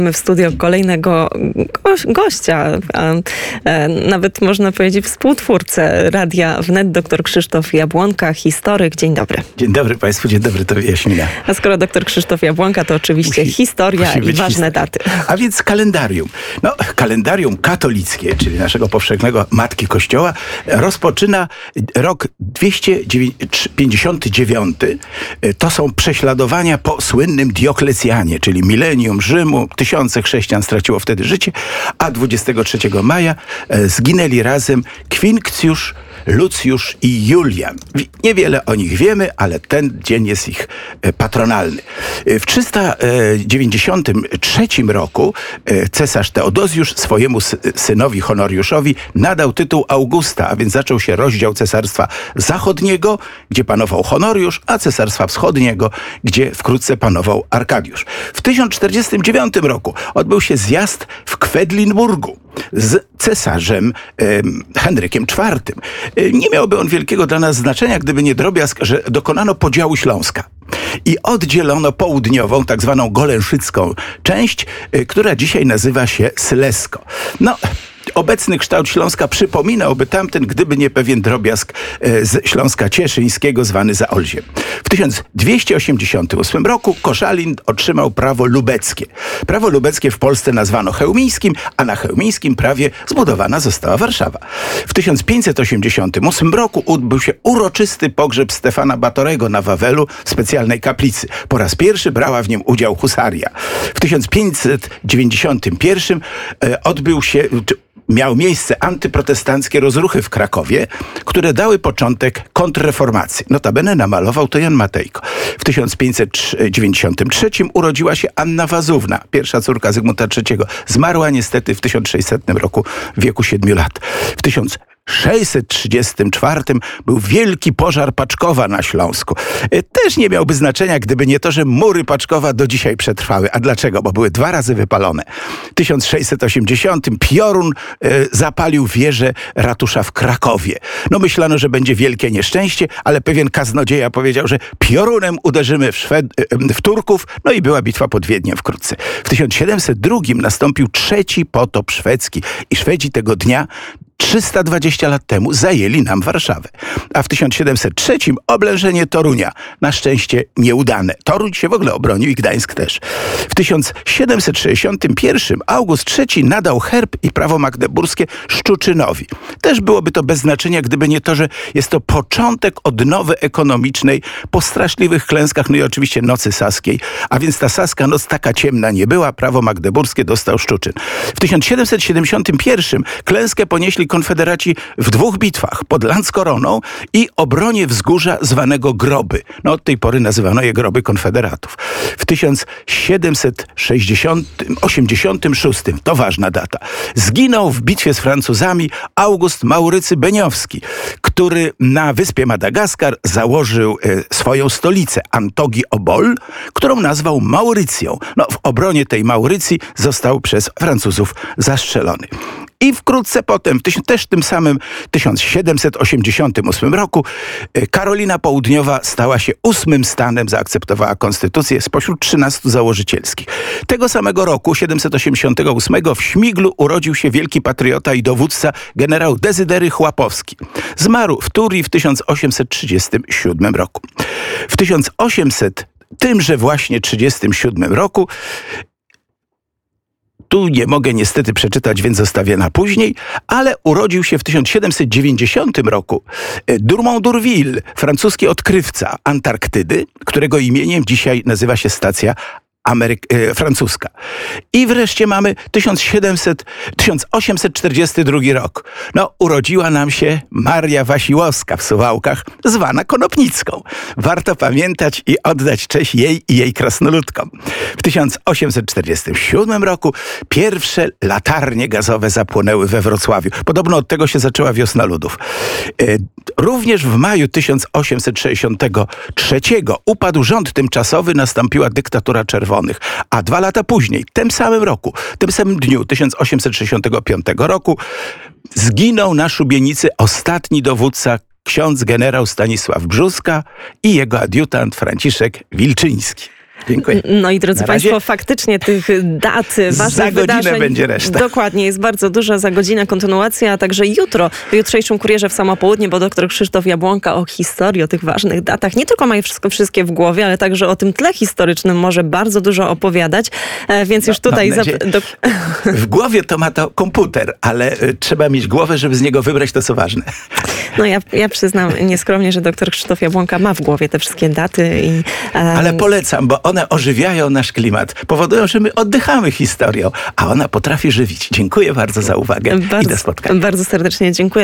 Mamy w studio kolejnego gościa, nawet można powiedzieć współtwórcę Radia Wnet, dr Krzysztof Jabłonka, historyk. Dzień dobry. Dzień dobry Państwu, dzień dobry Tobie, Jaśmina. A skoro dr Krzysztof Jabłonka, to oczywiście historia i ważne daty. A więc kalendarium. No, kalendarium katolickie, czyli naszego powszechnego Matki Kościoła, rozpoczyna rok 259. To są prześladowania po słynnym Dioklecjanie, czyli milenium Rzymu. Tysiące chrześcijan straciło wtedy życie, a 23 maja zginęli razem Kwinkcjusz, Lucjusz i Julian. Niewiele o nich wiemy, ale ten dzień jest ich patronalny. W 393 roku cesarz Teodozjusz swojemu synowi Honoriuszowi nadał tytuł Augusta, a więc zaczął się rozdział Cesarstwa Zachodniego, gdzie panował Honoriusz, a Cesarstwa Wschodniego, gdzie wkrótce panował Arkadiusz. W 1049 roku odbył się zjazd w Kwedlinburgu z cesarzem Henrykiem IV. Nie miałby on wielkiego dla nas znaczenia, gdyby nie drobiazg, że dokonano podziału Śląska i oddzielono południową, tak zwaną golenszycką część, która dzisiaj nazywa się Sylesko. No, obecny kształt Śląska przypominałby tamten, gdyby nie pewien drobiazg z Śląska Cieszyńskiego zwany Zaolziem. W 1288 roku Koszalin otrzymał prawo lubeckie. Prawo lubeckie w Polsce nazwano chełmińskim, a na chełmińskim prawie zbudowana została Warszawa. W 1588 roku odbył się uroczysty pogrzeb Stefana Batorego na Wawelu w specjalnej kaplicy. Po raz pierwszy brała w nim udział husaria. W 1591 miały miejsce antyprotestanckie rozruchy w Krakowie, które dały początek kontrreformacji. Notabene namalował to Jan Matejko. W 1593 urodziła się Anna Wazówna, pierwsza córka Zygmunta III. Zmarła niestety w 1600 roku w wieku 7 lat. W 1634 był wielki pożar Paczkowa na Śląsku. Też nie miałby znaczenia, gdyby nie to, że mury Paczkowa do dzisiaj przetrwały. A dlaczego? Bo były 2 razy wypalone. W 1680 Piorun zapalił wieżę ratusza w Krakowie. No myślano, że będzie wielkie nieszczęście, ale pewien kaznodzieja powiedział, że piorunem uderzymy w Turków, no i była bitwa pod Wiedniem wkrótce. W 1702 nastąpił trzeci potop szwedzki i Szwedzi tego dnia 320 lat temu zajęli nam Warszawę. A w 1703 oblężenie Torunia. Na szczęście nieudane. Toruń się w ogóle obronił i Gdańsk też. W 1761 August III nadał herb i prawo magdeburskie Szczuczynowi. Też byłoby to bez znaczenia, gdyby nie to, że jest to początek odnowy ekonomicznej po straszliwych klęskach, no i oczywiście nocy saskiej. A więc ta saska noc taka ciemna nie była. Prawo magdeburskie dostał Szczuczyn. W 1771 klęskę ponieśli konfederaci w 2 bitwach, pod Landskoroną i obronie wzgórza zwanego Groby. No od tej pory nazywano je Groby Konfederatów. W 1786, to ważna data, zginął w bitwie z Francuzami August Maurycy Beniowski, który na wyspie Madagaskar założył swoją stolicę, Antogi-Obol, którą nazwał Maurycją. No w obronie tej Maurycji został przez Francuzów zastrzelony. I wkrótce potem, też tym samym 1788 roku, Karolina Południowa stała się 8. stanem, zaakceptowała konstytucję spośród 13 założycielskich. Tego samego roku, 788, w Śmiglu urodził się wielki patriota i dowódca generał Dezydery Chłapowski. Zmarł w Turii w 1837 roku. W 1837 roku tu nie mogę niestety przeczytać, więc zostawię na później, ale urodził się w 1790 roku Dumont d'Urville, francuski odkrywca Antarktydy, którego imieniem dzisiaj nazywa się stacja francuska. I wreszcie mamy 1842 rok. No, urodziła nam się Maria Wasiłowska w Suwałkach, zwana Konopnicką. Warto pamiętać i oddać cześć jej i jej krasnoludkom. W 1847 roku pierwsze latarnie gazowe zapłonęły we Wrocławiu. Podobno od tego się zaczęła wiosna ludów. Również w maju 1863 upadł rząd tymczasowy, nastąpiła dyktatura czerwona. A 2 lata później, w tym samym roku, w tym samym dniu 1865 roku zginął na szubienicy ostatni dowódca, ksiądz generał Stanisław Brzóska i jego adiutant Franciszek Wilczyński. Dziękuję. No i drodzy Na razie. Państwo, faktycznie tych dat, ważnych Za godzinę wydarzeń będzie reszta. Dokładnie, jest bardzo dużo, za godzinę kontynuacja, a także jutro, w jutrzejszym Kurierze w samo południe, bo dr Krzysztof Jabłonka o historii, o tych ważnych datach, nie tylko ma je wszystkie w głowie, ale także o tym tle historycznym może bardzo dużo opowiadać, więc już tutaj... W głowie to ma to komputer, ale trzeba mieć głowę, żeby z niego wybrać to, co ważne. No ja przyznam nieskromnie, że dr Krzysztof Jabłonka ma w głowie te wszystkie daty. Ale polecam, bo one ożywiają nasz klimat. Powodują, że my oddychamy historią, a ona potrafi żywić. Dziękuję bardzo za uwagę i do spotkania. Bardzo serdecznie dziękuję.